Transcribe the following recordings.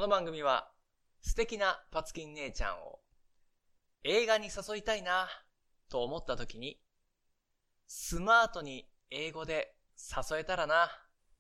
の番組は素敵なパツキン姉ちゃんを映画に誘いたいなと思った時にスマートに英語で誘えたらな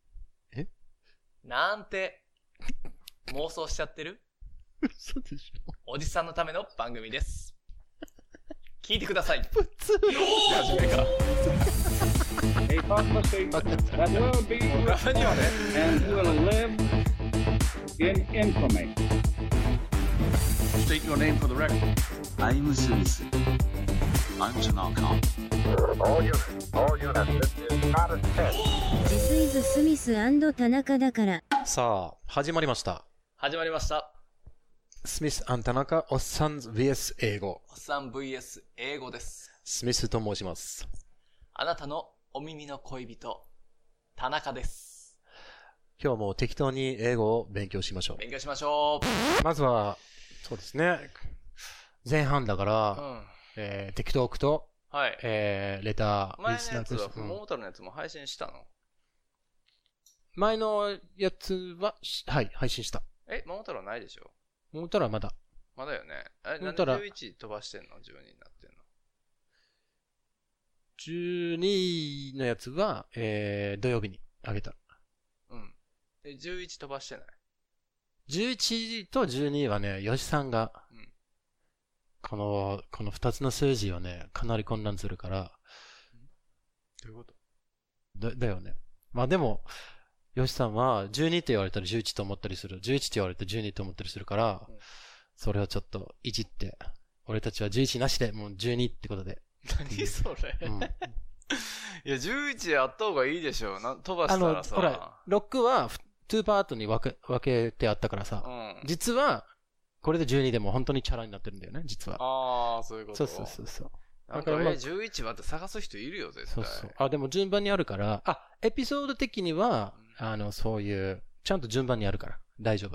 なんて妄想しちゃってる嘘でしょ。 おじさんのための番組です。聞いてください。 普通の初めか。 A prophecy that will be and will live in infamy. State your name for the record. I'm Smith. I'm Tanaka. All units, this is not a test. This is Smith & 田中だから。 さあ、始まりました。 始まりました。 スミス&田中、おっさん VS 英語。 おっさん VS 英語です。 スミスと申します。 あなたのお耳の恋人、田中です。 今日も適当に英語を勉強しましょう。 勉強しましょう。 まずは、そうですね。前半だから、適当と、 はい。 レター、 前のやつは、桃太郎のやつも配信したの？ 前のやつは、はい、配信した。 桃太郎ないでしょ？ 桃太郎はまだ。 まだよね。なんで11飛ばしてんの？12になってんの ？12のやつは、土曜日にあげた。 うん。で、11飛ばしてない？ 11 と12はね、吉さんが、この2つの数字はね、かなり混乱するから。 どういうこと？ だよね。まあでも、吉さんは12って言われたら11と思ったりする。11って言われたら12と思ったりするから、それをちょっといじって、俺たちは11なしで、もう12ってことで。 何それ、いや、11やった方がいいでしょ。飛ばしたらさ。 ほら、6は2パートに分けてあったからさ。実は、これで12でも本当にチャラになってるんだよね、実は。 ああ、そういうこと。 そう。 だから、11はって探す人いるよ、絶対。 そう。でも順番にあるから、エピソード的には、そういう、ちゃんと順番にあるから、大丈夫。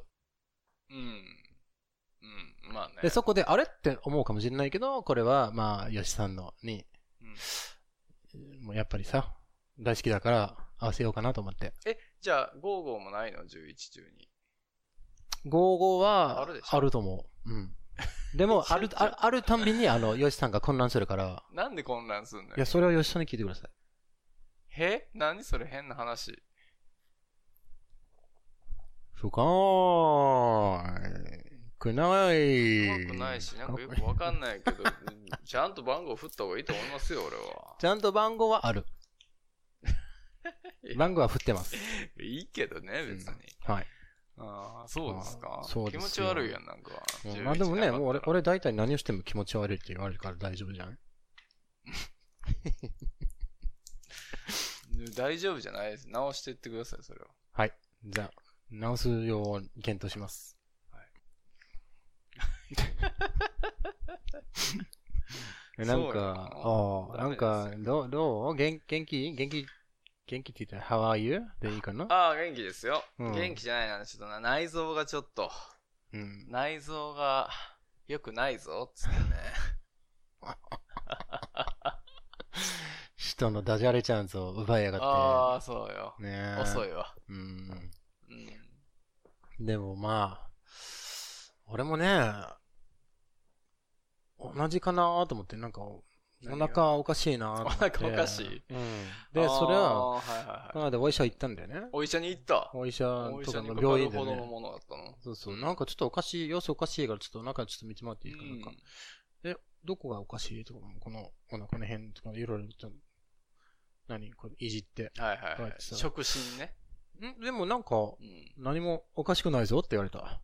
まあね。 で、そこで、あれって思うかもしれないけど、これは、まあ、吉さんのに、もうやっぱりさ、大好きだから合わせようかなと思って。 じゃあ、55もないの ?11、12。 55は、 あるでしょ？ あると思う。でも、あるたんびに、吉さんが混乱するから。 なんで混乱すんのよ。 いや、それを吉さんに聞いてください。 何それ変な話。 深くない。 深くないし、なんかよくわかんないけど、ちゃんと番号振った方がいいと思いますよ、俺は。 ちゃんと番号はある。番号は振ってます。 いいけどね、別に。 はい。 ああ、そうですか。 そうです。 気持ち悪いやん、なんか。 まあでもね、もう俺大体何をしても気持ち悪いって言われるから大丈夫じゃん。 大丈夫じゃないです。直していってください、それは。 はい。じゃあ、直すよう検討します。はい。なんか、どう元気って言ったら、How are you? でいいかな？ 元気ですよ。元気じゃないな。ちょっと内臓がちょっと、内臓が良くないぞ、つってね。 人のダジャレチャンスを奪いやがって。 そうよ。 ね、 遅いわ。 でもまあ、俺もね、同じかなと思って、なんか、お腹おかしいなと思って。 お腹おかしい？ で、それは、この間お医者行ったんだよね。 お医者に行った？ お医者とかの病院でね。そう。なんかちょっとおかしい、様子おかしいから、ちょっと中ちょっと見てもらっていいかな。どこがおかしいとか、このお腹の辺とか、いろいろ、これいじって。 触診ね。 でもなんか、何もおかしくないぞって言われた。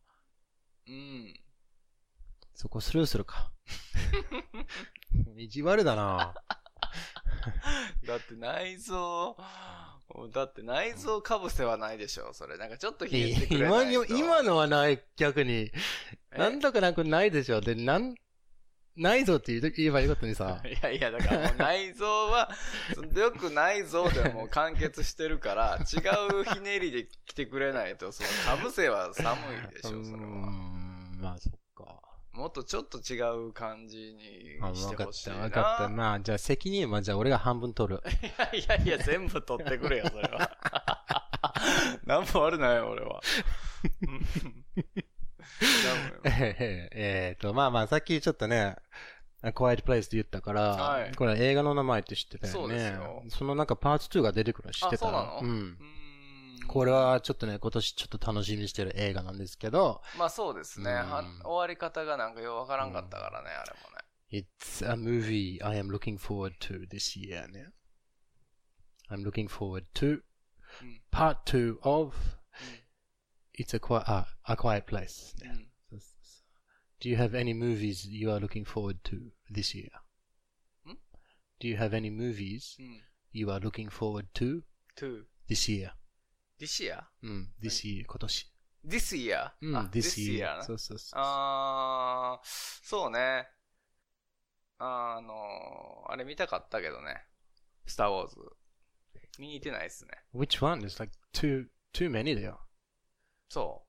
そこスルーするか。意地悪だな。 だって内臓かぶせはないでしょ、それ。なんかちょっとひねってくれないと。 今のはない、逆に。なんとかなくないでしょ。で、ないぞって言えばよかったにさ。 いや、だからもう内臓は、よくないぞでもう完結してるから、違うひねりで来てくれないと、そのかぶせは寒いでしょ、それは。 まあそっか。 もっとちょっと違う感じにしてほしいな。 わかった。まあ、じゃあ責任はじゃあ俺が半分取る。 いや、全部取ってくれよ、それは。何も悪ないよ、俺は。 まあまあ、さっきちょっとね、Quiet Place って言ったから、 はい、 これ映画の名前って知ってたよね。 そうですよ。 そのなんかパート2が出てくるの知ってた？ そうなの？ うん。これはちょっとね、今年ちょっと楽しみにしてる映画なんですけど。 まあそうですね。終わり方がなんかよくわからんかったからね、あれもね。 It's a movie I am looking forward to this year ね。I'm looking forward to part 2 of It's a Quiet Place ね。Do you have any movies you are looking forward to this year? Do you have any movies you are looking forward to this year? This year? This year, 今年。 This year? This year. そうそうそう。 そうね。あれ見たかったけどね。スター・ウォーズ。見に行ってないっすね。 Which one? There's like too many だよ。 そう。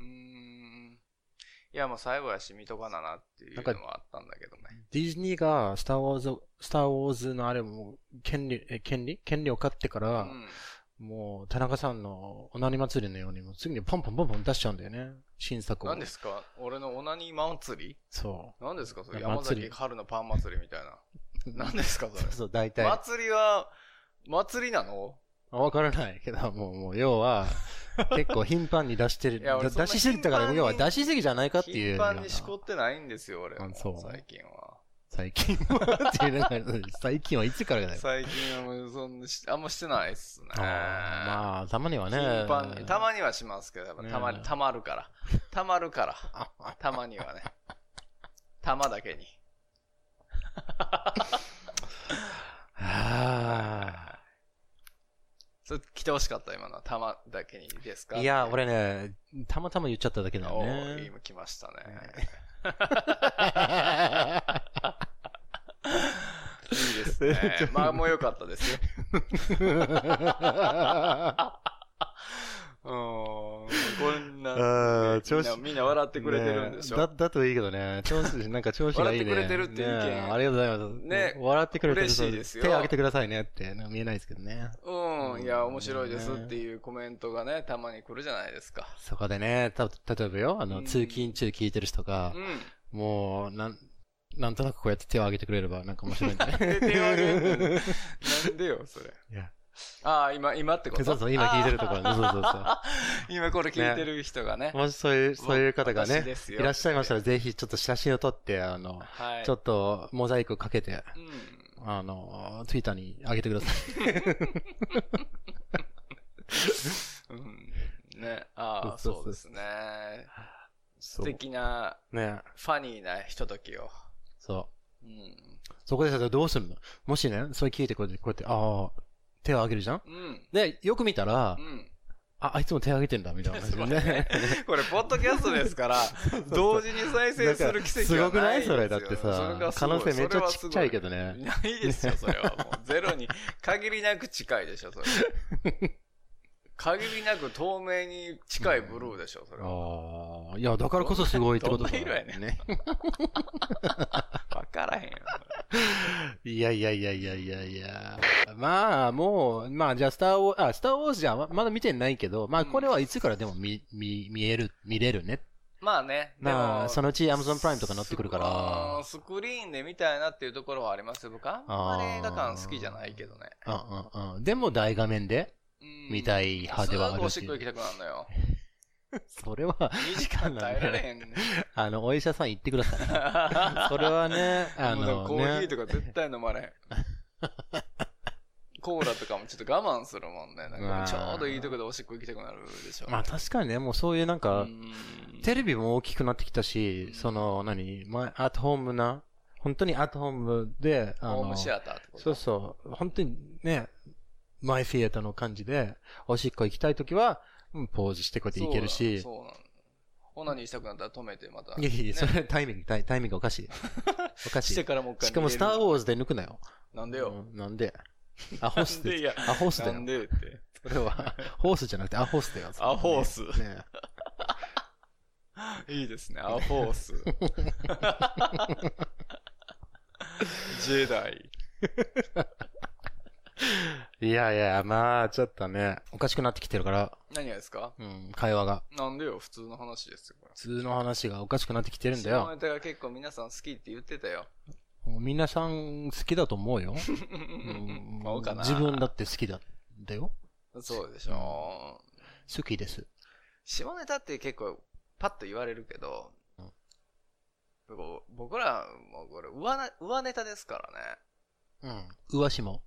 いや、もう最後やし見とかなっていうのはあったんだけどね。 ディズニーがスター・ウォーズのあれも権利を買ってから、もう田中さんのオナニ祭りのようにもう次にポンポン出しちゃうんだよね。新作を。 何ですか？俺のオナニ祭り？ そう。 何ですかそれ？山崎春のパン祭りみたいな。何ですかそれ？ そう、大体。 祭りは、祭りなの？ わからないけど、もう、要は、結構頻繁に出してる。出しすぎたから、要は出しすぎじゃないかっていう。 頻繁にしこってないんですよ、俺。 そう。 最近は。 最近はっていう最近はいつからじゃない？ 最近はもうあんましてないっすね。 まあ、たまにはね。 頻繁に。たまにはしますけど、たまるから。たまるから。たまにはね。たまだけに。それ来てほしかった、今のは。たまだけにですか？ いや、俺ね、たまたま言っちゃっただけだよね。 今来ましたね。いいですね。まあ、もう良かったですよ。こんな、みんな笑ってくれてるんでしょ。 だといいけどね。なんか調子がいいね。 笑ってくれてるって意見。 ありがとうございます。ね。笑ってくれてる。 嬉しいですよ。 手を挙げてくださいねって見えないですけどね。 いや、面白いですっていうコメントがね、たまに来るじゃないですか。 そこでね、例えばよ、通勤中聞いてる人が、もう、なんとなくこうやって手を挙げてくれればなんか面白いんだね。 手を挙げるなんでよ、それ。 いや。 今ってこと？ そう、今聞いてるところ。そう。 今これ聞いてる人がね。 もしそういう方がね、いらっしゃいましたら、ぜひちょっと写真を撮って、ちょっとモザイクかけて、ツイッターに上げてください。ね、そうですね。素敵な、ファニーなひとときを。 そう。そこでさ、どうするの？もしね、それ聞いてこうやって、手を挙げるじゃん？で、よく見たら、あいつも手を挙げてんだ、みたいな感じでね。 これ、ポッドキャストですから、同時に再生する奇跡はないですよ。 すごくないそれ、だってさ、可能性めっちゃちっちゃいけどね。 ないですよ、それは。もうゼロに限りなく近いでしょ、それ。限りなく透明に近いブルーでしょ、それは。 いや、だからこそすごいってことだ。 どんな色やね。わからへんよ。 いや。まあ、もう、じゃあ、スター・ウォーズじゃまだ見てないけど、これはいつからでも見れるね。 まあね。 そのうち Amazon プライムとか乗ってくるから。 スクリーンで見たいなっていうところはありますよ。僕あんまり映画館好きじゃないけどね。 でも大画面で見たい派ではあるし。 すぐおしっこ行きたくなるのよ。 それは、 2時間耐えられへんね。 お医者さん行ってください。それはね、 コーヒーとか絶対飲まれへん。コーラとかもちょっと我慢するもんね。なんかちょうどいいとこでおしっこ行きたくなるでしょ。 確かにね、もうそういうなんか、テレビも大きくなってきたし、アットホームな、本当にアットホームで、 ホームシアターってこと？ そう、本当にね、マイフィエターの感じで、おしっこ行きたいときは、ポーズしてこうやって行けるし。 そうなの。オナニーしたくなったら止めてまた。 いや、それタイミングおかしい。おかしい。 してからもう一回。 しかもスターウォーズで抜くなよ。 なんでよ。 なんでアホスで。アホスだよ。 なんでって。 それは、ホースじゃなくてアホスだよ。 アホース。ね。いいですね、アホース。ジェダイ。 いや、ちょっとね、おかしくなってきてるから。 何がですか？ 会話が。 なんでよ、普通の話ですよ、これ。 普通の話がおかしくなってきてるんだよ。 下ネタが結構皆さん好きって言ってたよ。 皆さん好きだと思うよ。 思うかな。 自分だって好きだよ。 そうでしょ。 好きです。 下ネタって結構パッと言われるけど、僕らもこれ上ネタですからね。 上下。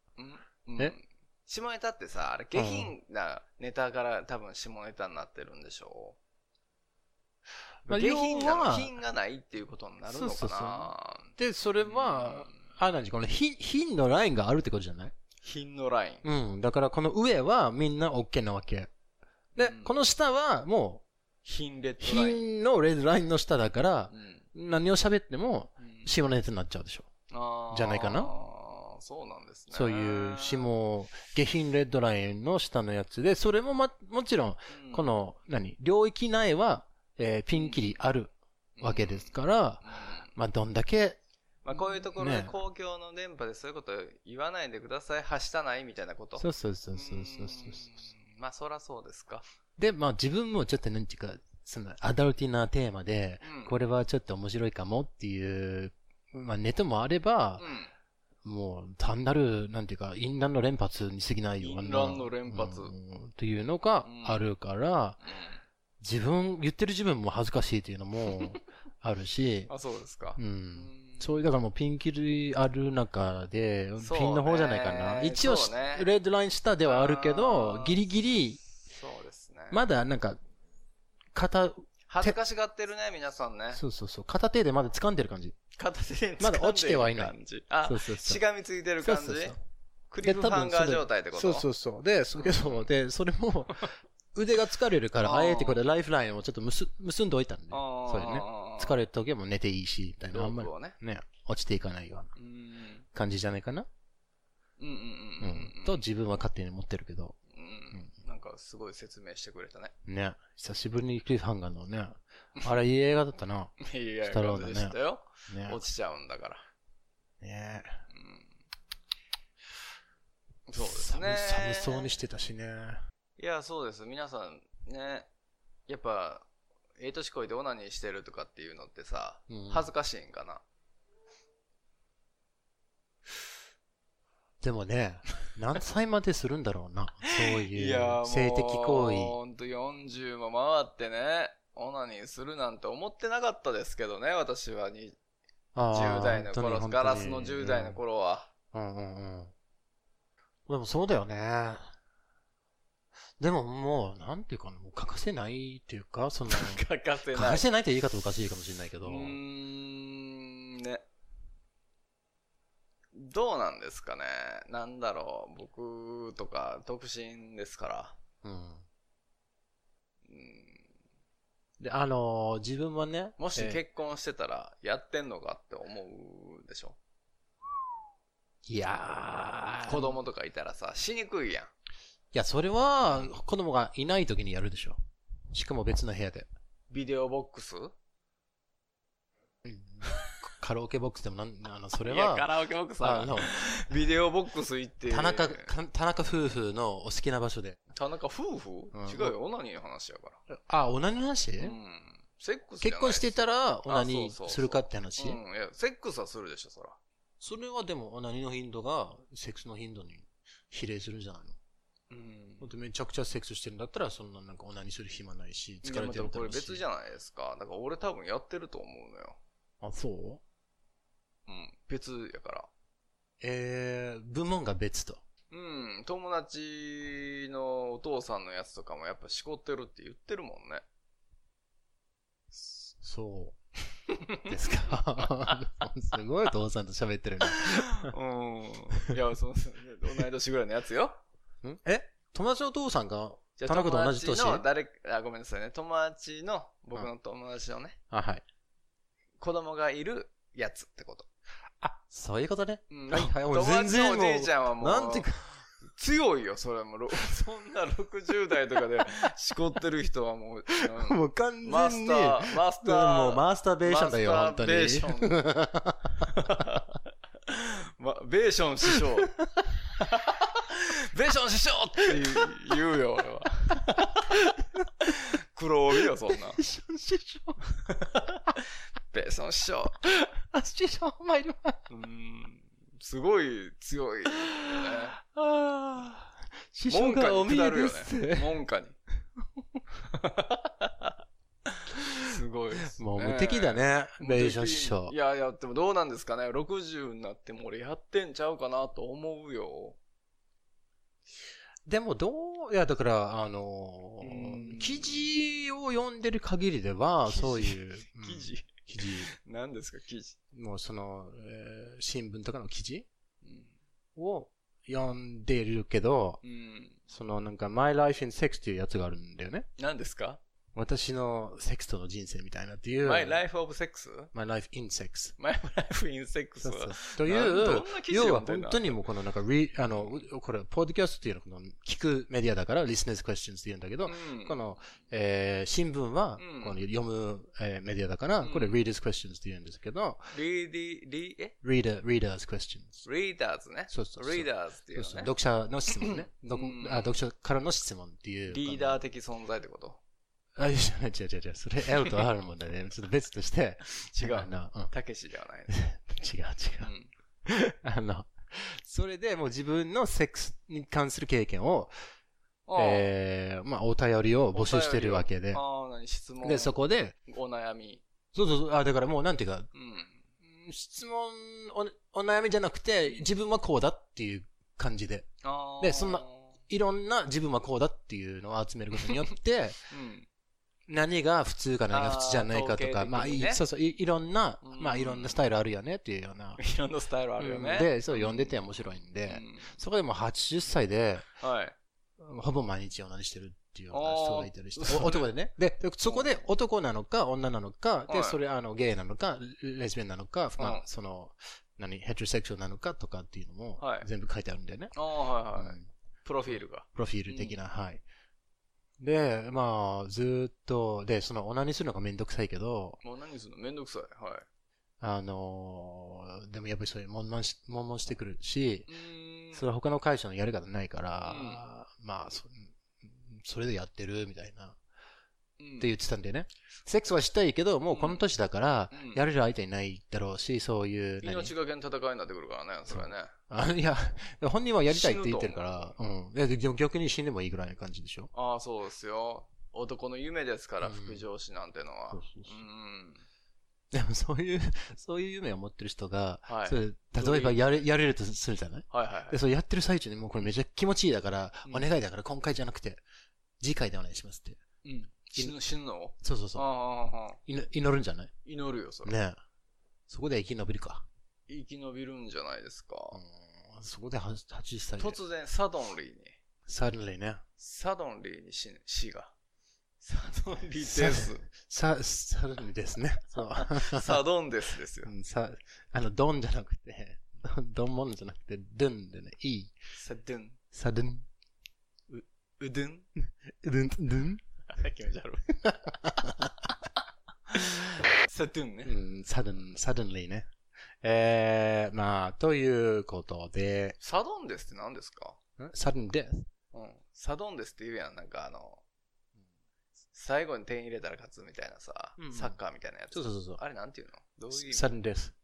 下ネタってさ、あれ下品なネタから多分下ネタになってるんでしょう。下品なの品がないっていうことになるのかな。 そうで、それは、この品のラインがあるってことじゃない？ 品のライン。だからこの上はみんな OK なわけ。で、この下はもう、 品レッドライン。 品のレッドラインの下だから、何を喋っても、下ネタになっちゃうでしょ。じゃないかな？ そうなんですね。 そういう下品レッドラインの下のやつで、それももちろん、この、領域内は、ピンキリあるわけですから、どんだけ、 こういうところで公共の電波でそういうこと言わないでください、はしたないみたいなこと。 そう。 そらそうですか。 で、自分もちょっとなんていうか、そのアダルティなテーマで、これはちょっと面白いかもっていう、ネタもあれば、もう単なる、なんていうか、淫乱の連発に過ぎないような。 淫乱の連発。 というのがあるから、言ってる自分も恥ずかしいっていうのもあるし。 そうですか。 そういう、だからもうピンキリある中で、ピンの方じゃないかな。一応、レッドライン下ではあるけど、ギリギリ、 そうですね。 まだなんか、 恥ずかしがってるね、皆さんね。 そう。片手でまだ掴んでる感じ。 片手で掴んでる感じ。 まだ落ちてはいない。 しがみついてる感じ。クリフハンガー状態ってことそう。で、それも、腕が疲れるから、あえてこれライフラインをちょっと結んでおいたんで。そうね。疲れた時はもう寝ていいし、みたいな。あんまりね、落ちていかないような感じじゃないかな。と自分は勝手に思ってるけど。 なんかすごい説明してくれたね。 ね。久しぶりにクリフハンガーのね。あれいい映画だったな。 いい映画でしたよ。落ちちゃうんだから。 ね。 そうですね。 寒そうにしてたしね。 いや、そうです。皆さんね、やっぱ、年こいでオナニーしてるとかっていうのってさ、恥ずかしいんかな。 でもね、何歳までするんだろうな。そういう性的行為。 ほんと40も回ってね、オナニーするなんて思ってなかったですけどね、私は10代の頃、ガラスの10代の頃は。 でもそうだよね。でももう、なんていうかな、もう欠かせないっていうか、その、 欠かせない。 欠かせないって言い方おかしいかもしれないけど。 ね。どうなんですかね。なんだろう、僕とか独身ですから。 で、自分はね。 もし結婚してたら、やってんのかって思うでしょ。 いやー。 子供とかいたらさ、しにくいやん。 いや、それは、子供がいない時にやるでしょ。しかも別の部屋で。 ビデオボックス？ カラオケボックスでもそれは。 いや、カラオケボックスは。ビデオボックス行って。 田中夫婦のお好きな場所で。 田中夫婦？違うよ、オナニーの話やから。 オナニーの話？ セックス。 結婚してたら、オナニーするかって話？ いや、セックスはするでしょ、そら。 それはでも、オナニーの頻度が、セックスの頻度に比例するんじゃないの？めちゃくちゃセックスしてるんだったら、そんななんかオナニーする暇ないし、疲れてるこれ別じゃないですか。だから俺多分やってると思うのよ。 あ、そう？ 別やから。 部門が別と。 友達のお父さんのやつとかもやっぱしこってるって言ってるもんね。 そうですか。すごいお父さんと喋ってるね。 いや、同い年ぐらいのやつよ。 友達のお父さんが田中と同じ年？ ごめんなさいね。僕の友達のね。 はい。 子供がいるやつってこと。 そういうことね。 はい。友達のおじいちゃんはもう、なんていうか、強いよ、それも。そんな60代とかでしこってる人はもう、 もう完全に、 マスターベーションだよ、本当に。 ベーション。ベーション師匠。ベーション師匠って言うよ、俺は。 黒帯よ、そんな。 ペソン師匠。 ペソン師匠。 あ、師匠参ります。 すごい強いよね。 師匠がお見えですって。 門下に。すごいですね。 もう無敵だね、ペソン師匠。 いやいや、でもどうなんですかね。60になっても俺やってんちゃうかなと思うよ。 でもいや、だから、記事を読んでる限りでは、そういう。 記事何ですか、記事。 もう新聞とかの記事を読んでいるけど、なんか、My Life in Sex っていうやつがあるんだよね。 何ですか？ 私のセックスとの人生みたいなっていう。 My Life of Sex? My Life in Sex. My Life in Sex. そうという、要は本当にもうこのなんか、これ、ポッドキャストっていうのは聞くメディアだから、Listeners Questions って言うんだけど、この、新聞は、この読む、メディアだから、これ Readers Questions って言うんですけど、 Readers Questions. Readers ね。 そうそう。 Readers っていうね。 読者の質問ね。読者からの質問っていう。 リーダー的存在ってこと？ 違う。それ L と R もだね。ちょっと別として。 違う。たけしではない。 違う。それでもう自分のセックスに関する経験を、お便りを募集してるわけで。 質問。 で、そこで。 お悩み。 そう。だからもうなんていうか、質問、お悩みじゃなくて、自分はこうだっていう感じで。で、いろんな自分はこうだっていうのを集めることによって、何が普通か何が普通じゃないかとか、いろんな、いろんなスタイルあるよねっていうような。 いろんなスタイルあるよね。 で、そう読んでて面白いんで、そこでもう80歳で、ほぼ毎日同じしてるっていうような人がいたりして、男でね。で、そこで男なのか女なのか、で、それゲイなのか、レズビアンなのか、ヘテロセクションなのかとかっていうのも全部書いてあるんだよね。 プロフィールが。 プロフィール的な、はい。で、ずーっと、で、オナニーするのがめんどくさいけど。 オナニーするのめんどくさい。はい。 でもやっぱりそういう悶々してくるし、それは他の会社のやり方ないから、それでやってるみたいな。って言ってたんでね。セックスはしたいけど、もうこの年だから、やれる相手いないだろうし、そういう。 命がけの戦いになってくるからね、それね。 いや、本人はやりたいって言ってるから、逆に死んでもいいぐらいな感じでしょ。 そうですよ。男の夢ですから、副上司なんてのは。 でもそういう夢を持ってる人が、例えばやれるとするじゃない？で、それやってる最中にもうこれめちゃ気持ちいいだから、お願いだから今回じゃなくて、次回でお願いしますって。 死ぬの？ そう。祈るんじゃない？ 祈るよ、それ。 ねえ。そこで生き延びるか。 生き延びるんじゃないですか。 そこで80歳で。 突然、サドンリーに。 サドンリーね。 サドンリーに死が。サドンリーです。 サドンリーですね。そう。 サドンですですよ。 ドンじゃなくて、ドンモンじゃなくて、ドゥンでね、いい。 サドン。 サドン。 うどんドゥン気持ち悪い。サドンね。 サドンリーね。ということで。 サドンデスって何ですか？ サドンデス。 サドンデスって言うやん、なんか最後に点入れたら勝つみたいなさ、サッカーみたいなやつ。 そう。 あれなんていうの？どういう意味？ サドンデス。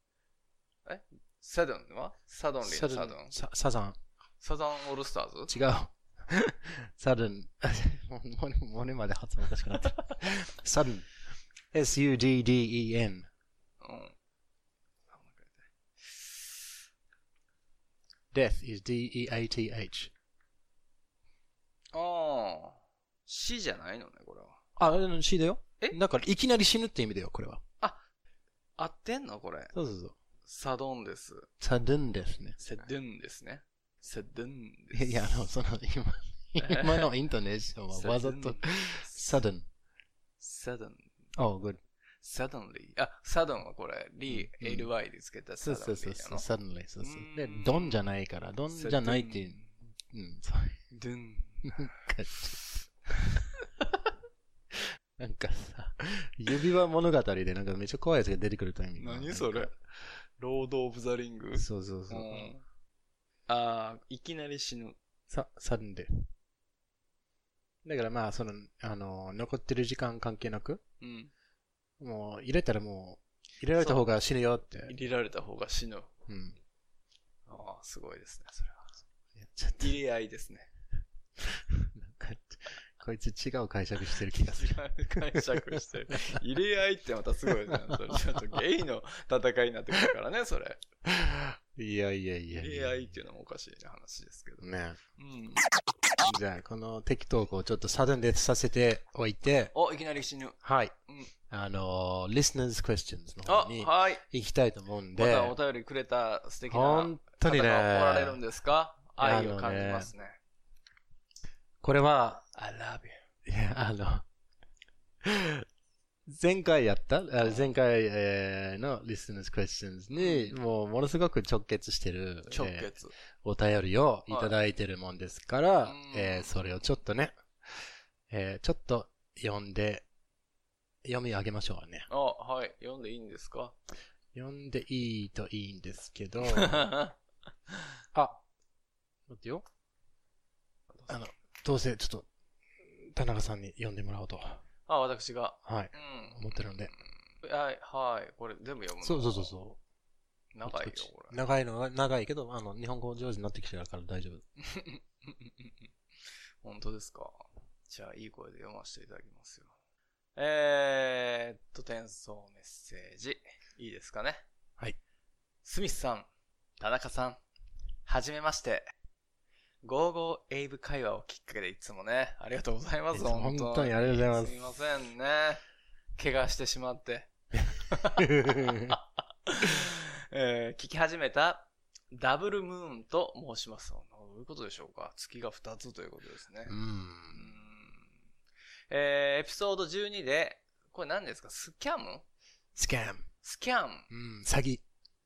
サドンは？サドンリーのサドン？ サザン。 サザンオールスターズ？ 違う。サドン。俺まで発音おかしくなってる。サドン。SUDDEN。Death is D-E-A-T-H. 死じゃないのね、これは。死だよ。だから、いきなり死ぬって意味だよ、これは。 合ってんのこれ。 そう。 サドンです。 サドンですね。 サドンですね。サドンです。 いや、今のイントネーションはわざと、サドン。 サドン。 good. サドンリー。サドンはこれ、LY でつけたサドンリー。 そう、サドンリー。そう。で、ドンじゃないから、ドンじゃないっていう。 ドン。 なんかさ、指輪物語でなんかめっちゃ怖いやつが出てくるタイミング。 何それ？ロード・オブ・ザ・リング？ そう。 いきなり死ぬ。 サドンで。 だからまあ、残ってる時間関係なく、 うん。 もう入れたらもう、入れられた方が死ぬよって。 入れられた方が死ぬ。 うん。 ああ、すごいですね、それは。 ちょっと入れ合いですね。 なんかこいつ違う解釈してる気がする。 違う解釈してる。入れ合いってまたすごいですね。ちょっとゲイの戦いになってくるからね、それ。 いや。入れ合いっていうのもおかしい話ですけど。 ね。 うん。 じゃあ、この適当をちょっとサドンデさせておいて。 いきなり死ぬ。 はい。 うん。 listeners questions の方に行きたいと思うんで。 またお便りくれた素敵な本当にね。 方がおられるんですか？愛を感じますね。 これは、 I love you. いや、前回のlisteners questions に、ものすごく直結してる、お便りをいただいてるもんですから、それをちょっとね、ちょっと読み上げましょうね。 はい。読んでいいんですか？ 読んでいいといいんですけど、待ってよ。どうせちょっと、田中さんに読んでもらおうと。 私が。 はい。思ってるんで。 はい。これ全部読むの？ そう。 長いよ、これ。 長いけど、日本語上手になってきてるから大丈夫。 本当ですか？じゃあ、いい声で読ませていただきますよ。転送メッセージ。いいですかね？ はい。 スミスさん、田中さん、はじめまして。ゴーゴーエイブ会話をきっかけでいつもね、ありがとうございます。 本当にありがとうございます。 すいませんね。怪我してしまって。聞き始めたダブルムーンと申します。どういうことでしょうか？月が2つということですね。エピソード12で、これ何ですか？スキャム。 詐欺。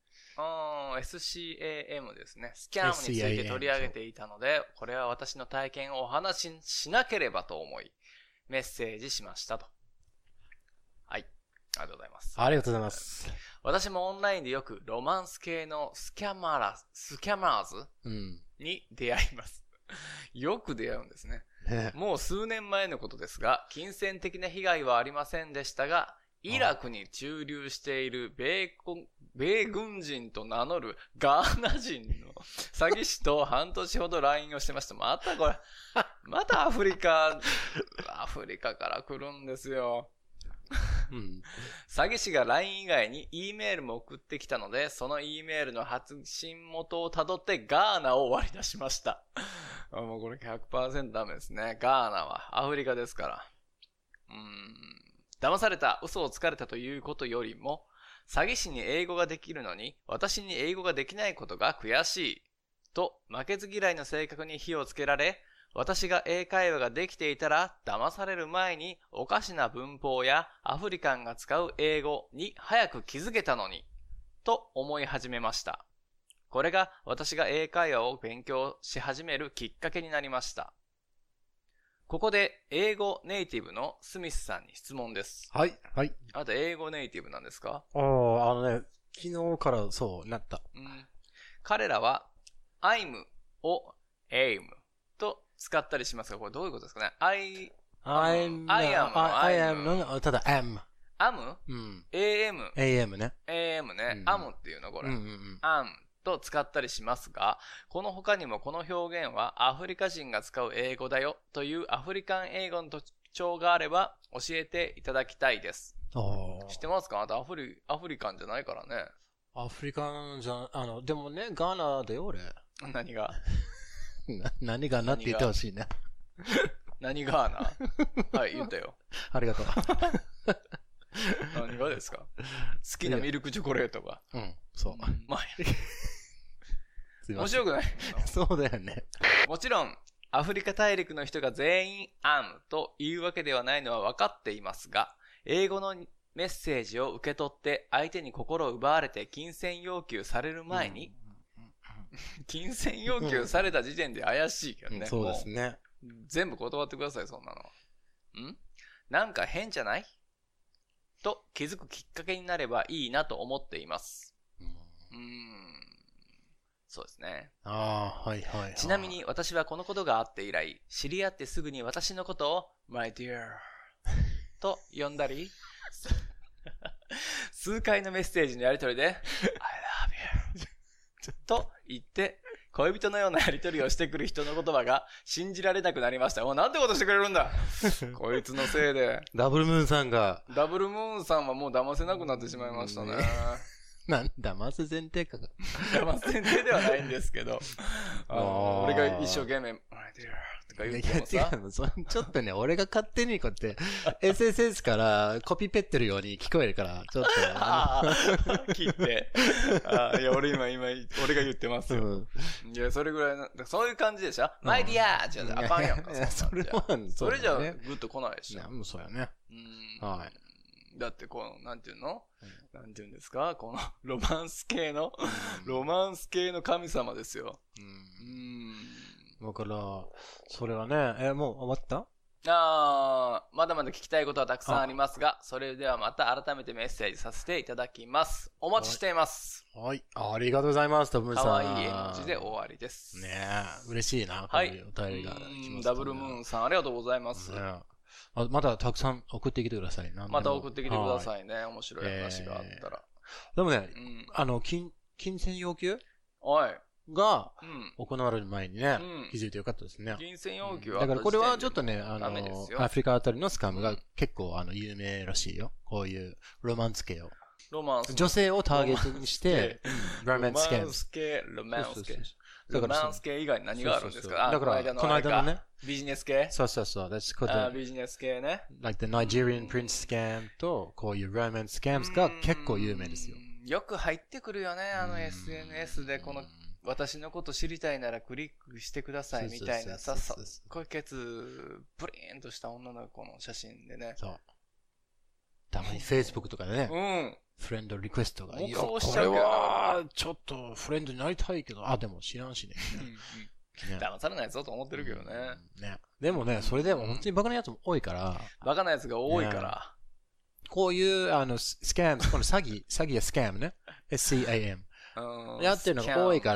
SCAM ですね。スキャムについて取り上げていたので、これは私の体験をお話ししなければと思い、メッセージしましたと。はい。ありがとうございます。 ありがとうございます。 私もオンラインでよくロマンス系のスキャマーズ、に出会います。よく出会うんですね。もう数年前のことですが、金銭的な被害はありませんでしたが、イラクに駐留している米軍人と名乗るガーナ人の詐欺師と半年ほど LINE をしてました。またアフリカから来るんですよ。詐欺師が LINE 以外に E メールも送ってきたので、その E メールの発信元をたどってガーナを割り出しました。もうこれ 100% ダメですね。ガーナはアフリカですから。騙された、嘘をつかれたということよりも、詐欺師に英語ができるのに、私に英語ができないことが悔しい。と、負けず嫌いの性格に火をつけられ、私が英会話ができていたら、騙される前におかしな文法やアフリカンが使う英語に早く気づけたのに、と思い始めました。これが私が英会話を勉強し始めるきっかけになりました。ここで英語ネイティブのスミスさんに質問です。 はい。 あと英語ネイティブなんですか？ 昨日からそうなった。 彼らは I'm を aim と使ったりしますが、これどういうことですかね？ I am の、ただ am。 am？am ね。 am っていうのこれ。am と使ったりしますが、この他にもこの表現はアフリカ人が使う英語だよというアフリカン英語の特徴があれば教えていただきたいです。知ってますか？あとアフリカンじゃないからね。 アフリカンじゃ、でもね、ガーナだよ俺。 何が何がなって言ってほしいね。 何ガーナ？はい、言ったよ。 ありがとう。 何がですか？好きなミルクチョコレートが。 そう。 面白くない？ そうだよね。 もちろん、アフリカ大陸の人が全員 am というわけではないのは分かっていますが、英語のメッセージを受け取って相手に心を奪われて金銭要求される前に、金銭要求された時点で怪しいけどね。 そうですね。 全部断ってください、そんなの。なんか変じゃない？と気づくきっかけになればいいなと思っています。 そうですね。 ああ、はいはい、はい。 ちなみに私はこのことがあって以来、知り合ってすぐに私のことを My dear と呼んだり、数回のメッセージのやりとりで I love you と言って、恋人のようなやりとりをしてくる人の言葉が信じられなくなりました。なんてことしてくれるんだこいつのせいで。 ダブルムーンさんが。 ダブルムーンさんはもう騙せなくなってしまいましたね。 騙す前提か。 騙す前提ではないんですけど。俺が一生懸命、とか言ってもさ。 ちょっとね、俺が勝手にこうやって、SSS からコピペってるように聞こえるから、ちょっと。切って。いや、俺が言ってますよ。いや、それぐらいの、そういう感じでしょマイディアーじゃあかんやんか。それじゃグッと来ないでしょ。 もうそうやね。はい。 だってなんていうのなんていうんですかこのロマンス系の神様ですよ。 だから、それはね、もう終わった？ まだまだ聞きたいことはたくさんありますが、それではまた改めてメッセージさせていただきます。お待ちしています。 はい。ありがとうございます、ダブルさん。 かわいい絵文字で終わりです。 ねえ、嬉しいな、こういうお便りが来ます。 ダブルムーンさんありがとうございます。 またたくさん送ってきてください。 また送ってきてくださいね。面白い話があったら。 でもね、金銭要求はい。 が、行われる前にね、気づいてよかったですね。 金銭要求はだからこれはちょっとね、アフリカあたりのスカムが結構有名らしいよ。こういうロマンス系を。女性をターゲットにして、ロマンス系。 ロマンス系以外に何があるんですか？ だから、この間のね。 ビジネス系？ そう。 ビジネス系ね。 like the Nigerian prince scam と、こういうロマンスキャムが結構有名ですよ。 よく入ってくるよね、SNS でこの、私のこと知りたいならクリックしてくださいみたいなさ、こういうケツ、ブリーンとした女の子の写真でね。 そう。たまに Facebook とかでね。フレンドリクエストがいいよ。これは、ちょっとフレンドになりたいけど、でも知らんしね。 騙されないぞと思ってるけどね。 でもね、それでも本当にバカなやつも多いから。 バカなやつが多いから。 こういう、スキャム、この詐欺やスキャムね。SCAM。やってるのが多いから、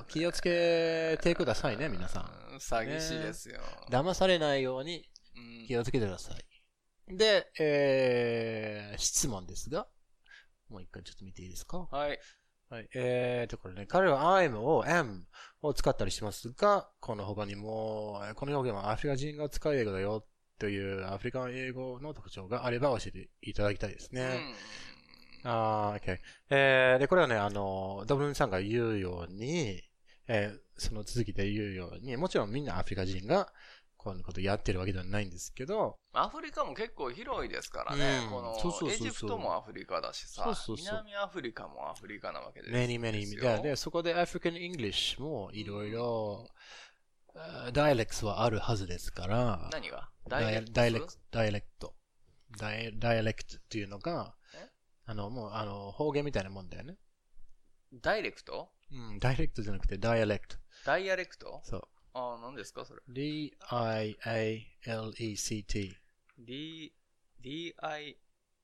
気をつけてくださいね、皆さん。 詐欺師ですよ。 騙されないように気をつけてください。で、質問ですが、もう一回ちょっと見ていいですか？ はい。 はい。これね、彼は I'm を M を使ったりしますが、この他にも、この表現はアフリカ人が使う英語だよというアフリカン英語の特徴があれば教えていただきたいですね。OK。で、これはね、ダブルンさんが言うように、その続きで言うように、もちろんみんなアフリカ人が、こんなことやってるわけではないんですけど。 アフリカも結構広いですからね。このエジプトもアフリカだしさ、南アフリカもアフリカなわけですよ。 many。で、そこでアフリカン・イングリッシュもいろいろ、ダイレクトはあるはずですから。 何がダイレクトっていうのが、もう、方言みたいなもんだよね。 ダイレクト？ ダイレクトじゃなくて、ダイアレクト。 ダイアレクト？ そう。 何ですかそれ。 D-I-A-L-E-C-T。 D-I-A？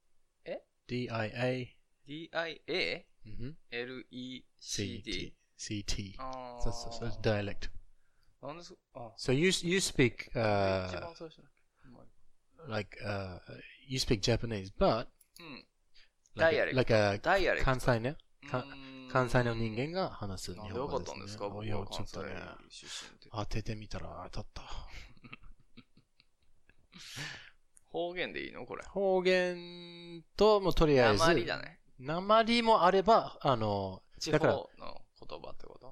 D-I-A？ L-E-C-T。 C-T。そう、ダイアレクト。 何ですか ？So you speak, you speak Japanese, but, ダイアレクト。 like a 関西ね。関西の人間が話す日本語ですね。 よかったんですか？僕は関西出身で。 当ててみたら当たった。 方言でいいのこれ。 方言と、もうとりあえず。 訛りだね。 訛りもあれば、 地方の言葉ってこと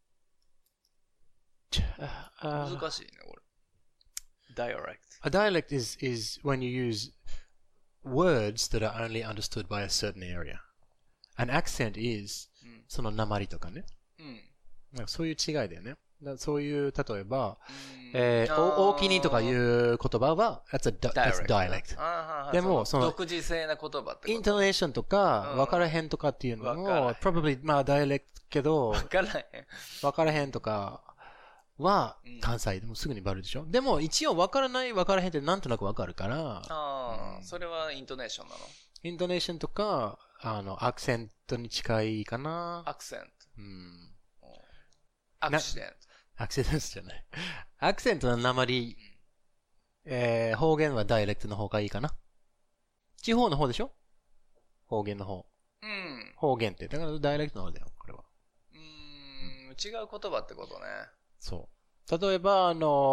難しいね、これ。dialect. A dialect is when you use words that are only understood by a certain area.An accent is その訛りとかね。そういう違いだよね。そういう、例えば、大きにとかいう言葉は、that's dialect。でも、その、 独自性な言葉ってこと。 イントネーションとか、わからへんとかっていうのも、probably、まあ、dialect けど、わからへんとかは、関西でもすぐにバレるでしょ。でも、一応わからない、わからへんってなんとなくわかるから。 それはイントネーションなの？ イントネーションとか、アクセントに近いかな。 アクセント。 アクシデント。 アクセントじゃない。アクセントの鉛、方言はダイレクトの方がいいかな。地方の方でしょ？方言の方。 うん。 方言って。だからダイレクトの方だよ、これは。 違う言葉ってことね。 そう。例えば、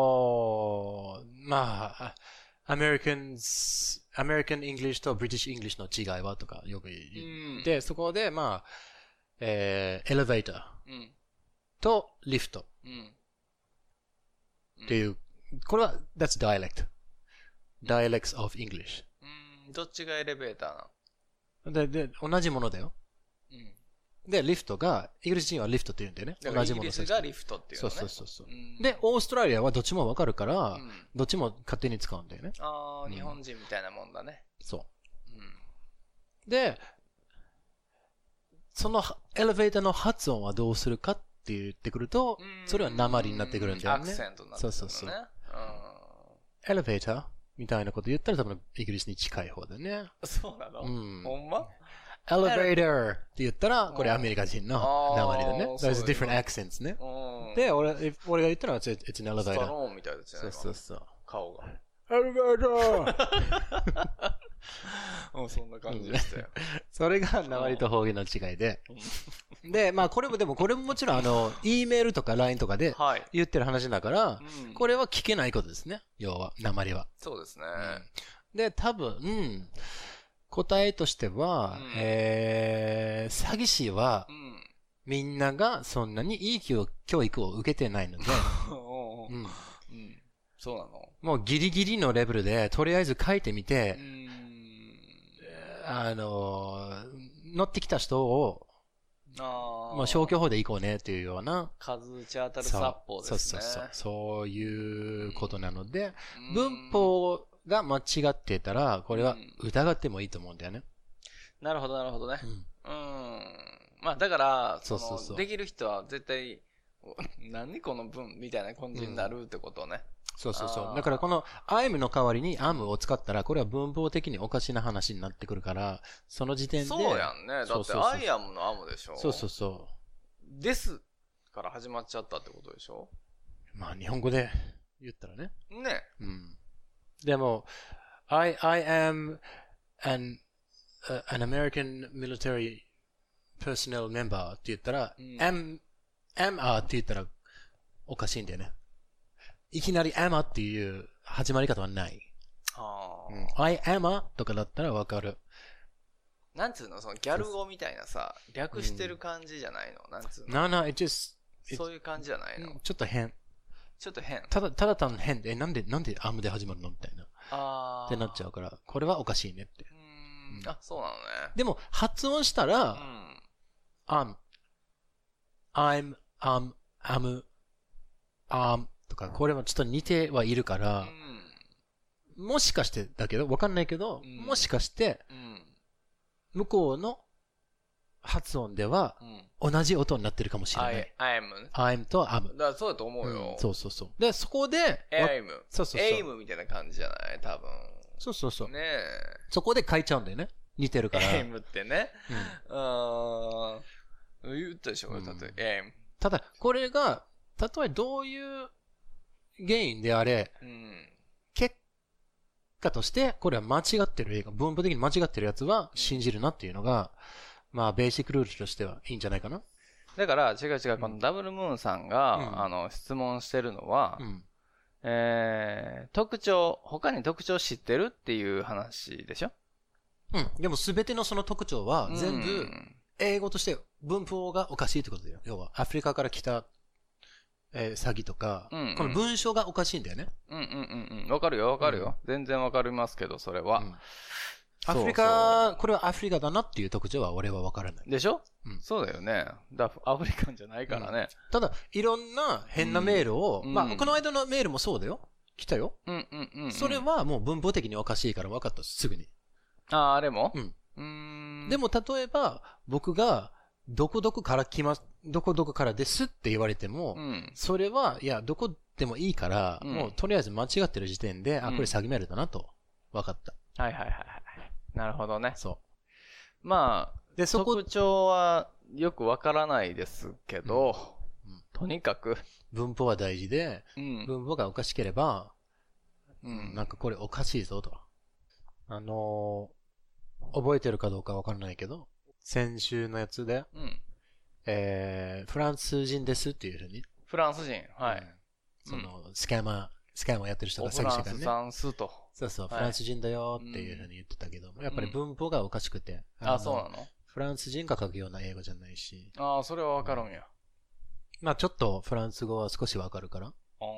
まあ、American English と British English の違いはとかよく言って、そこで、まあ、エレベーターとリフトっていう、これは、that's dialects of English。 どっちがエレベーターなの？で、同じものだよ。で、リフトが、イギリス人はリフトって言うんだよね。同じもの。 イギリスがリフトっていうのね。 そう。で、オーストラリアはどっちもわかるから、どっちも勝手に使うんだよね。 ああ、日本人みたいなもんだね。 そう。で、そのエレベーターの発音はどうするかって言ってくると、それは訛りになってくるんだよね。 アクセントになってくるのね。 そう。エレベーターみたいなこと言ったら多分イギリスに近い方だね。 そうなの？ほんま？ エレベーターって言ったら、これアメリカ人の訛りだね。There's different accents ね。で、俺が言ったのは、it's an elevator。 スタローンみたいですね。 そう。 顔が。 エレベーターそんな感じでしたよ。 それが訛りと方言の違いで。で、まあこれももちろんE メールとか LINE とかで言ってる話だから、これは聞けないことですね。要は、訛りは。 そうですね。 で、多分、答えとしては、詐欺師は、みんながそんなにいい教育を受けてないので、 そうなの？ もうギリギリのレベルで、とりあえず書いてみて、乗ってきた人を、もう消去法で行こうねっていうような。 数打ち当たる殺法ですね。 そういうことなので、文法が間違ってたら、これは疑ってもいいと思うんだよね。 なるほどね。まあだから、できる人は絶対、何この文みたいな感じになるってことね。 そう。だからこの I'm の代わりに am を使ったら、これは文法的におかしな話になってくるから、その時点で。 そうやんね。だって I am の am でしょ。 そう。 ですから始まっちゃったってことでしょ。 まあ日本語で言ったらね。 ね。 でも、I am an American military personnel member って言ったら、am a って言ったらおかしいんだよね。いきなり am a っていう始まり方はない。I am a とかだったらわかる。 なんつうのそのギャル語みたいなさ、略してる感じじゃないの？なんつうの？ そういう感じじゃないの？ ちょっと変。ただ単に変で、なんで am で始まるのみたいな。ってなっちゃうから、これはおかしいねって。 そうなのね。 でも、発音したら、I'm,とか、これはちょっと似てはいるから、もしかしてだけど、わかんないけど、もしかして、向こうの発音では、同じ音になってるかもしれない。I'm と am。 だからそうだと思うよ。 そう。で、そこで、 aim。 そう。 aim みたいな感じじゃない多分。 そう。 ねえ。 そこで書いちゃうんだよね。似てるから。 aim ってね。言ったでしょ、だって aim。 ただ、これが、たとえどういう原因であれ、結果として、これは間違ってる文法的に間違ってるやつは信じるなっていうのが、まあ、ベーシックルールとしてはいいんじゃないかな。 だから、違う、このダブルムーンさんが、質問してるのは、他に特徴知ってるっていう話でしょ？ でも全てのその特徴は、全部、英語として文法がおかしいってことだよ。要は、アフリカから来た、詐欺とか、この文章がおかしいんだよね。 わかるよ。全然わかりますけど、それは。 これはアフリカだなっていう特徴は俺はわからない。 でしょ？そうだよね。アフリカンじゃないからね。 ただ、いろんな変なメールを、まあ、この間のメールもそうだよ。来たよ。それはもう文法的におかしいから分かった、すぐに。 あれも？ でも、例えば、僕が、どこどこからですって言われても、それは、いや、どこでもいいから、もうとりあえず間違ってる時点で、これ詐欺メールだなと、分かった。 なるほどね。 そう。 まあ、特徴はよくわからないですけど、 とにかく。 文法は大事で、 うん。 文法がおかしければ、 うん。 なんかこれおかしいぞと。覚えてるかどうかわからないけど、先週のやつで、 うん。 フランス人ですっていうふうに。 フランス人。はい。 その、スキャマーやってる人がフランスさんすと。 そうそう、フランス人だよっていうふうに言ってたけど、やっぱり文法がおかしくて。 あ、そうなの？ フランス人が書くような英語じゃないし。 ああ、それはわかるんや。 まあちょっとフランス語は少しわかるから。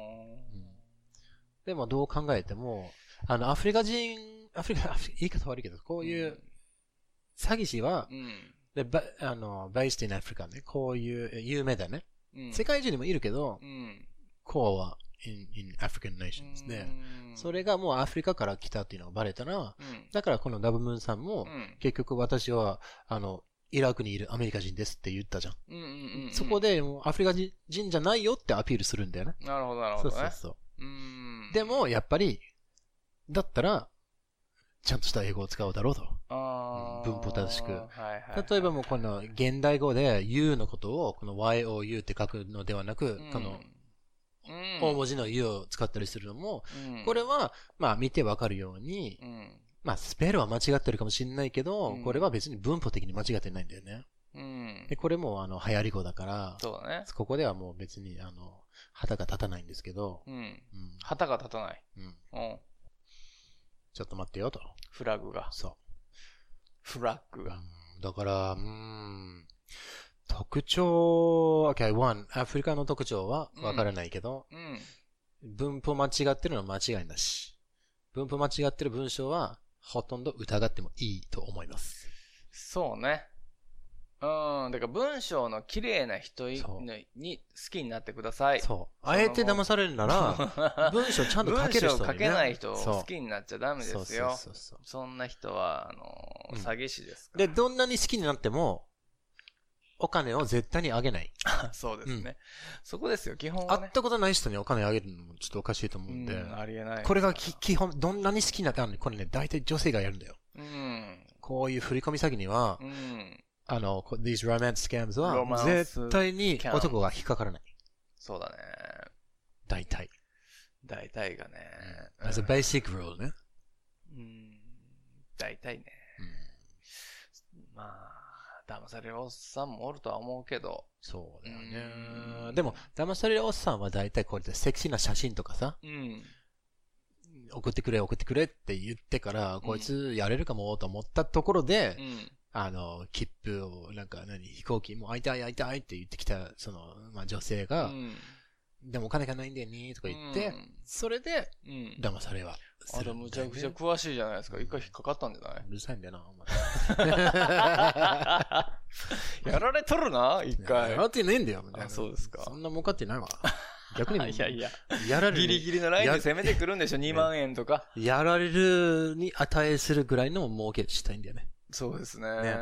でもどう考えても、アフリカ言い方悪いけど、こういう詐欺師は、based in Africa ね、こういう有名だね。世界中にもいるけど、こうはin African nations で、それがもうアフリカから来たっていうのがバレたら、だからこのダブムーンさんも、結局私は、イラクにいるアメリカ人ですって言ったじゃん。そこでもうアフリカ人じゃないよってアピールするんだよね。 なるほど、なるほど、ね。 そう。でも、やっぱり、だったら、ちゃんとした英語を使うだろうと。文法正しく。例えばもうこの現代語で you のことをこの you って書くのではなく、この大文字の you を使ったりするのも、これはまあ見てわかるように、まあスペルは間違ってるかもしれないけど、これは別に文法的に間違ってないんだよね。で、これも流行り語だから、 そうだね。 ここではもう別に旗が立たないんですけど、 旗が立たない。 ちょっと待ってよと。 フラグが。 そう。 フラッグが。 だから、特徴、one、アフリカの特徴はわからないけど、文法間違ってるのは間違いなし。文法間違ってる文章はほとんど疑ってもいいと思います。 そうね。だから文章の綺麗な人に好きになってください。 そう。あえて騙されるなら、文章ちゃんと書ける人にね。 文章書けない人を好きになっちゃダメですよ。 そう。 そんな人は、詐欺師ですから。 で、どんなに好きになっても、お金を絶対にあげない。 そうですね。そこですよ、基本はね。 会ったことない人にお金あげるのもちょっとおかしいと思うんで。 ありえない。 これが基本、どんなに好きになってこれね、大体女性がやるんだよ。こういう振り込み詐欺には、these romance scams は、絶対に男が引っかからない。 そうだね。 大体がね。 as a basic rule ね。 大体ね。まあ、騙されるおっさんもおるとは思うけど。 そうだよね。でも、騙されるおっさんは大体これでセクシーな写真とかさ、送ってくれって言ってから、こいつやれるかもと思ったところで、切符を、飛行機、もう会いたいって言ってきた、女性が、でもお金がないんだよね、とか言って、それで、騙されはする、 むちゃくちゃ詳しいじゃないですか。一回引っかかったんじゃないうるさいんだよな、お前。やられとるな、一回。 やられてねえんだよ、みたいな。 そうですか。 そんな儲かってないわ。逆に、 いや、やられる。ギリギリのラインで攻めてくるんでしょ、2万円とか。 やられるに値するぐらいの儲けしたいんだよね。 そうですね。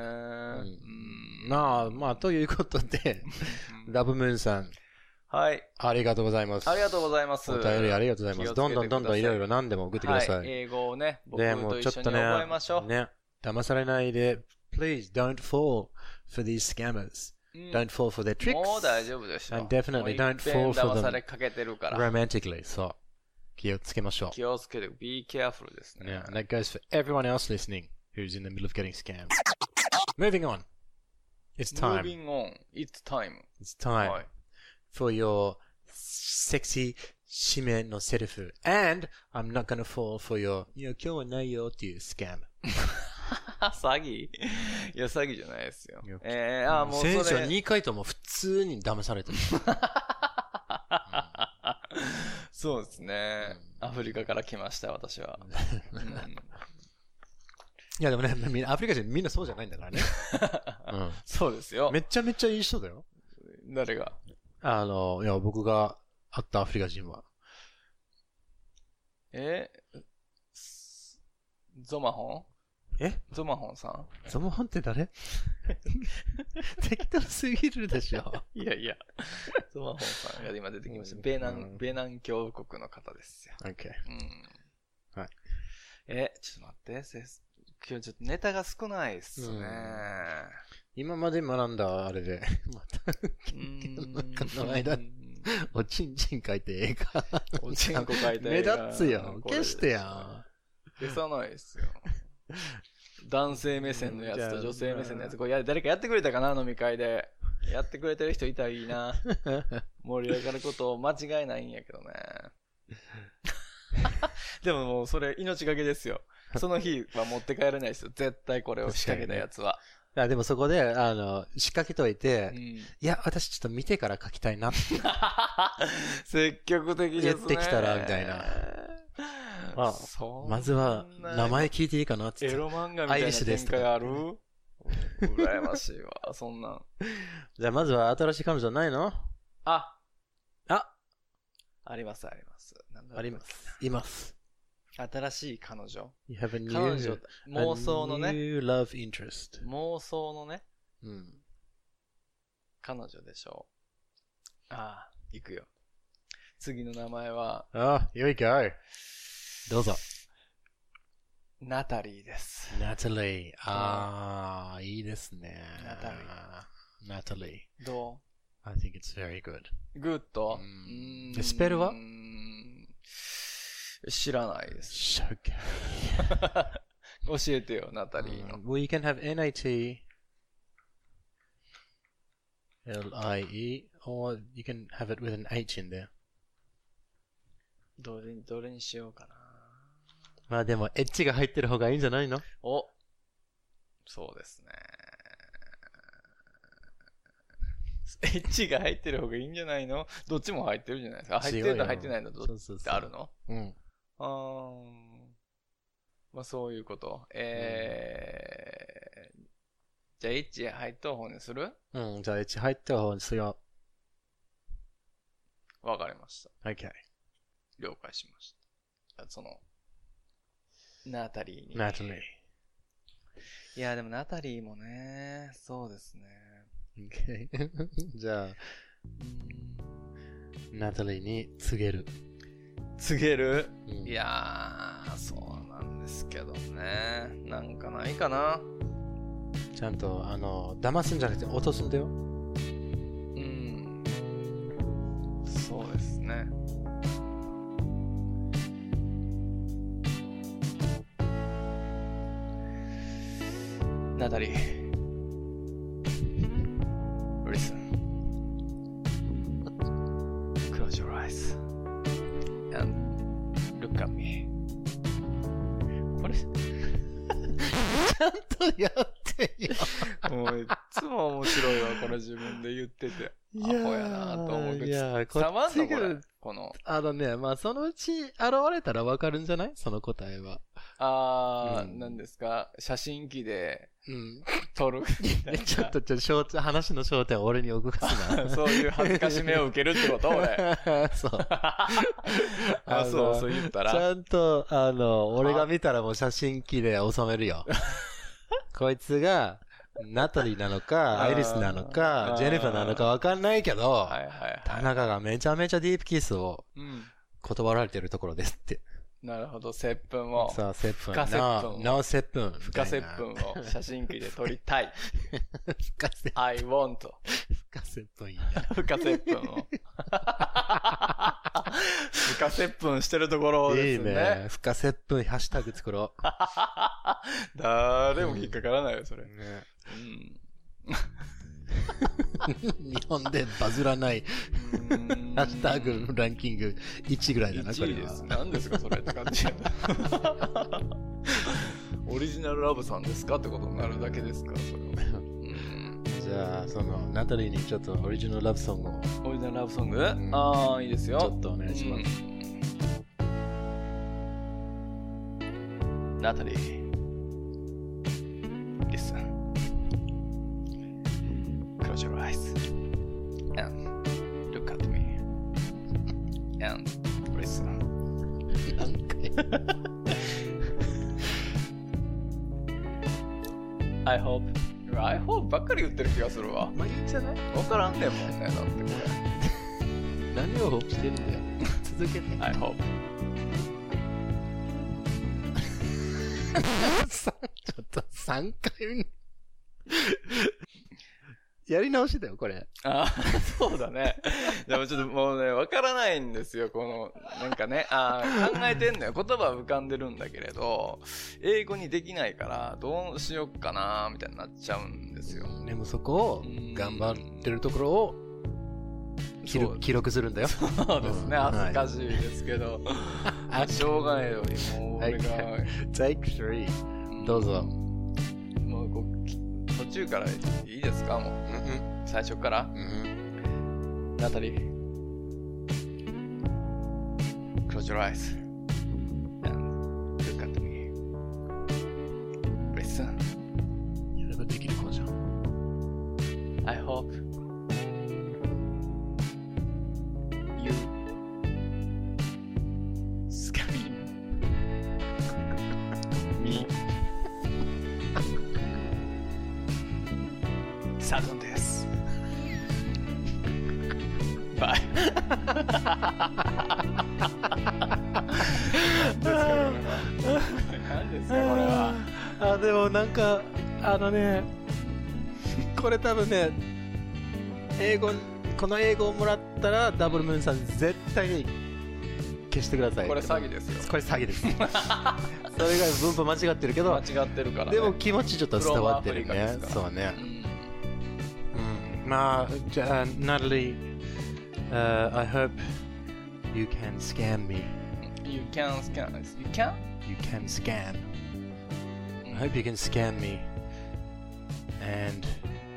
まあ、ということで、ラブムーンさん。 はい。 ありがとうございます。 ありがとうございます。 お便りありがとうございます。どんどんいろいろ何でも送ってください。 英語をね、僕と一緒に覚えましょう。 ね、騙されないで、please don't fall for these scammers. Don't fall for their tricks. もう大丈夫でしょ。 And definitely don't fall for 騙されかけてるから。 romantically. そう。気をつけましょう。 気をつけて、be careful ですね。 And that goes for everyone else listening who's in the middle of getting scammed. Moving on. It's time. Moving on. It's time. It's time for your sexy 締めのセリフ and I'm not gonna fall for your いや今日はないよっていうスキャム。 詐欺？いや詐欺じゃないですよ。 もう先週は2回とも普通に騙されてる。 そうですね。アフリカから来ました私は。 いやでもね、アフリカ人みんなそうじゃないんだからね。 そうですよ。 めちゃめちゃいい人だよ。 誰が？ いや、僕が会ったアフリカ人は。 ゾマホン？ゾマホンさん？ ゾマホンって誰？適当すぎるでしょ。 いや。ゾマホンさんが今出てきました。ベナン共和国の方ですよ。 OK。はい。 ちょっと待って。今日ちょっとネタが少ないっすね。 今まで学んだあれで、また、この間、おちんちん書いて映画。 おちんこ書いて目立つよ。消してや。 消さないですよ。男性目線のやつと女性目線のやつ。これ誰かやってくれたかな、飲み会で。やってくれてる人いたらいいな。盛り上がること間違いないんやけどね。でももうそれ命がけですよ。その日は持って帰れないですよ。絶対これを仕掛けたやつは。 でもそこで、仕掛けといて、いや、私ちょっと見てから書きたいなって。 積極的ですね。 言ってきたら、みたいな。まずは、名前聞いていいかなって。 エロ漫画みたいな展開ある？羨ましいわ、そんなん。 じゃあまずは新しい彼女ないの？ あります。 います。 新しい彼女。 You have a new, 彼女、妄想のね。 new love interest. 妄想のね。 うん。 彼女でしょう。行くよ。次の名前は。 here we go. どうぞ。 ナタリーです。 ナタリー。いいですね。ナタリー。 どう？ I think it's very good. グッド？ スペルは？ 知らないです。 Okay. 教えてよ、ナタリーの。 Well, you can have N-A-T-L-I-E, or you can have it with an H in there. どれにしようかな。 まあでも、エッジが入ってる方がいいんじゃないの？ そうですね。エッジが入ってる方がいいんじゃないの？どっちも入ってるじゃないですか。入ってるの入ってないのどっちってあるの？ うん。 まあそういうこと。じゃあエッジ入った方にする？ じゃあエッジ入った方にすよう。わかりました。 Okay. 了解しました。その、ナタリーに。 ナタリー。 いや、でもナタリーもね、そうですね。 Okay. じゃあ、ナタリーに告げる。 告げる？いやー、そうなんですけどね。なんかないかな。 ちゃんと、騙すんじゃなくて落とすんだよ。 そうですね。ナタリー。Listen. Close your eyes. And look at me. これちゃんとやってよ。 もういつも面白いわ、これ自分で言ってて。アホやなと思うけど。 いや、 伝わんのこれ。この。 まあそのうち現れたらわかるんじゃない？その答えは。 何ですか？写真機で、 うん。 撮る。 ちょっと話の焦点を俺に動かすな。 そういう恥ずかしめを受けるってこと俺。 そう。 そう言ったら。 ちゃんと、俺が見たらもう写真機で収めるよ。こいつが、ナタリーなのか、アイリスなのか、ジェニファーなのかわかんないけど、田中がめちゃめちゃディープキスを断られてるところですって。 なるほど、接吻を。 そう、接吻。 深接吻。 ノー接吻。 深接吻を写真機で撮りたい。 深接吻。 I want. 深接吻いいね。 深接吻を。深接吻してるところですね。いいね。 深接吻ハッシュタグ作ろう。 誰も引っかからないよ、それ。ね。 日本でバズらないハッシュタグのランキング1ぐらいだな、これは。 1位です。何ですか、それって感じ。オリジナルラブさんですかってことになるだけですから、それは。 じゃあ、その、ナタリーにちょっとオリジナルラブソングを。 オリジナルラブソング？いいですよ。 ちょっとお願いします。 ナタリー。Listen. Close your eyes and look at me and listen. 何回 I hope ばっかり言ってる気がするわ。 まあいいんじゃない？ わからんねんもんね、だってこれ。何をホープしてるんだよ。続けて。 I hope. ちょっと3回やり直しだよ、これ。 あ、そうだね。でもちょっともうね、わからないんですよ、この、なんかね、考えてんのよ。言葉は浮かんでるんだけれど、英語にできないから、どうしよっかな、みたいになっちゃうんですよ。 でもそこを、頑張ってるところを、記録するんだよ。 そうですね、恥ずかしいですけど。しょうがないように、もう俺が。 Take 3。どうぞ。 もう途中からいいですかもう。最初から、ナタリー Close your eyes and look at me. Listen. やればできる子じゃん。 I hope you scary me. サドンです。バイ。何ですかこれは。 でもなんかこれ多分ね、この英語をもらったらダブルムーンさん絶対に消してください。 これ詐欺ですよ。 これ詐欺です。それが文法間違ってるけど、 間違ってるからね。 でも気持ちちょっと伝わってるね。そうね。まあじゃあナタリー、I hope you can scan me. You can scan. You can? You can scan. I hope you can scan me. And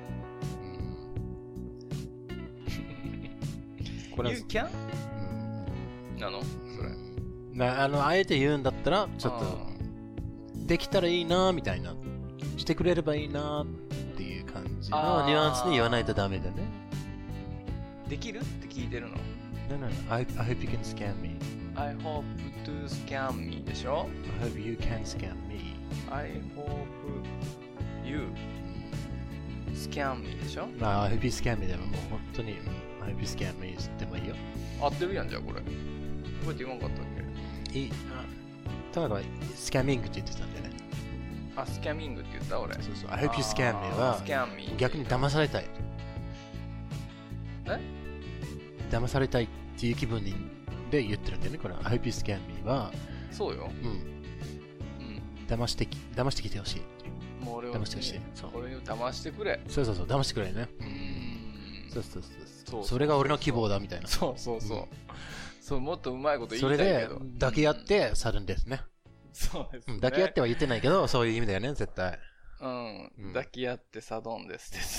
You can? なのそれ。 あえて言うんだったら、ちょっと、できたらいいなみたいな、してくれればいいなっていう感じのニュアンスで言わないとダメだね。 できるって聞いてるの？ No. I hope you can scan me. I hope to scan me でしょ？ I hope you can scan me. I hope you scan me でしょ？ I hope you scan me でももう本当に、I hope you scan me でもいいよ。 合ってるやんじゃあこれ。こうやって言わんかったっけ？ いい。ただスキャミングって言ってたんでね。 あ、スキャミングって言った俺。 そうそう。I hope you scan me は逆に騙されたい。騙されたいっていう気分で言ってるんだよね、これは。I hope you scan me は。 そうよ。 騙してきてほしいっていう。 もう俺を騙してほしい。 俺を騙してくれ。 そう、騙してくれね。そう。それが俺の希望だみたいな。 そう。そう、もっとうまいこと言いたいけど。 それで、抱き合って去るんですね。 そうですね。 抱き合っては言ってないけど、そういう意味だよね、絶対。 抱き合ってサドンですって。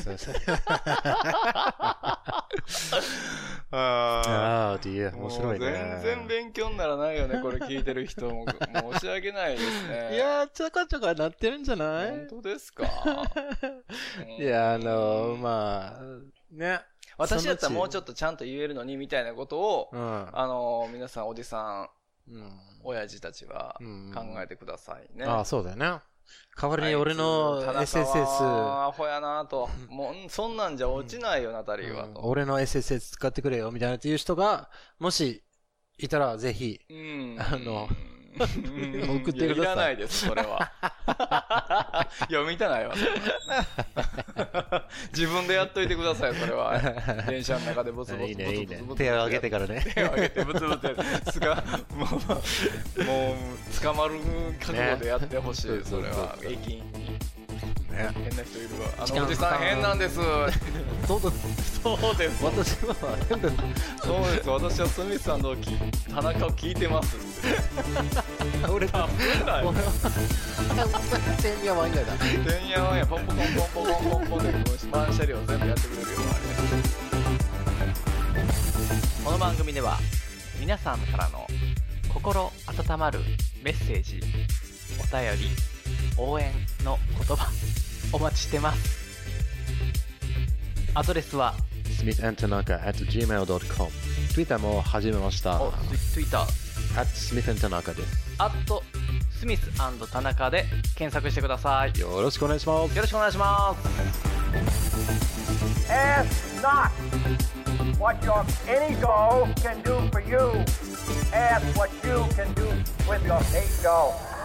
面白いね。 全然勉強にならないよね、これ聞いてる人も。申し訳ないですね。 いやー、ちょこちょこなってるんじゃない？ 本当ですか？ いや、まあ、ね。 私だったらもうちょっとちゃんと言えるのにみたいなことを、皆さんおじさん、親父たちは考えてくださいね。 ああ、そうだよね。代わりに俺の SSS。 アホやなと。もう、そんなんじゃ落ちないよ、ナタリーはと。 俺の SSS 使ってくれよ、みたいなっていう人が、もし、いたらぜひ、送ってください。 いらないです、それは。読みたないわ。自分でやっといてください、それは。電車の中でボツボツボツボツ。 いいね。手を挙げてからね。 手を挙げて、ブツブツ。もう、捕まる覚悟でやってほしい、それは。駅員に。変な人いるわ。おじさん変なんです。 そうです。 私は変です。そうです。私はスミスさんの田中を聞いてますって。 俺多分ない。てんやわんやだ。 てんやわんや、ポンポコンポンポコンポンポンで満車両全部やってくれるよ、この番組では皆さんからの心温まるメッセージ、お便り、応援の言葉お待ちしてます。アドレスは smithandtanaka@gmail.com。 Twitter も始めました。 Twitter @smithandtanaka です。 スミス&田中で検索してください。 よろしくお願いします。 よろしくお願いします。 Ask not what your ego can do for you. Ask what you can do with your ego.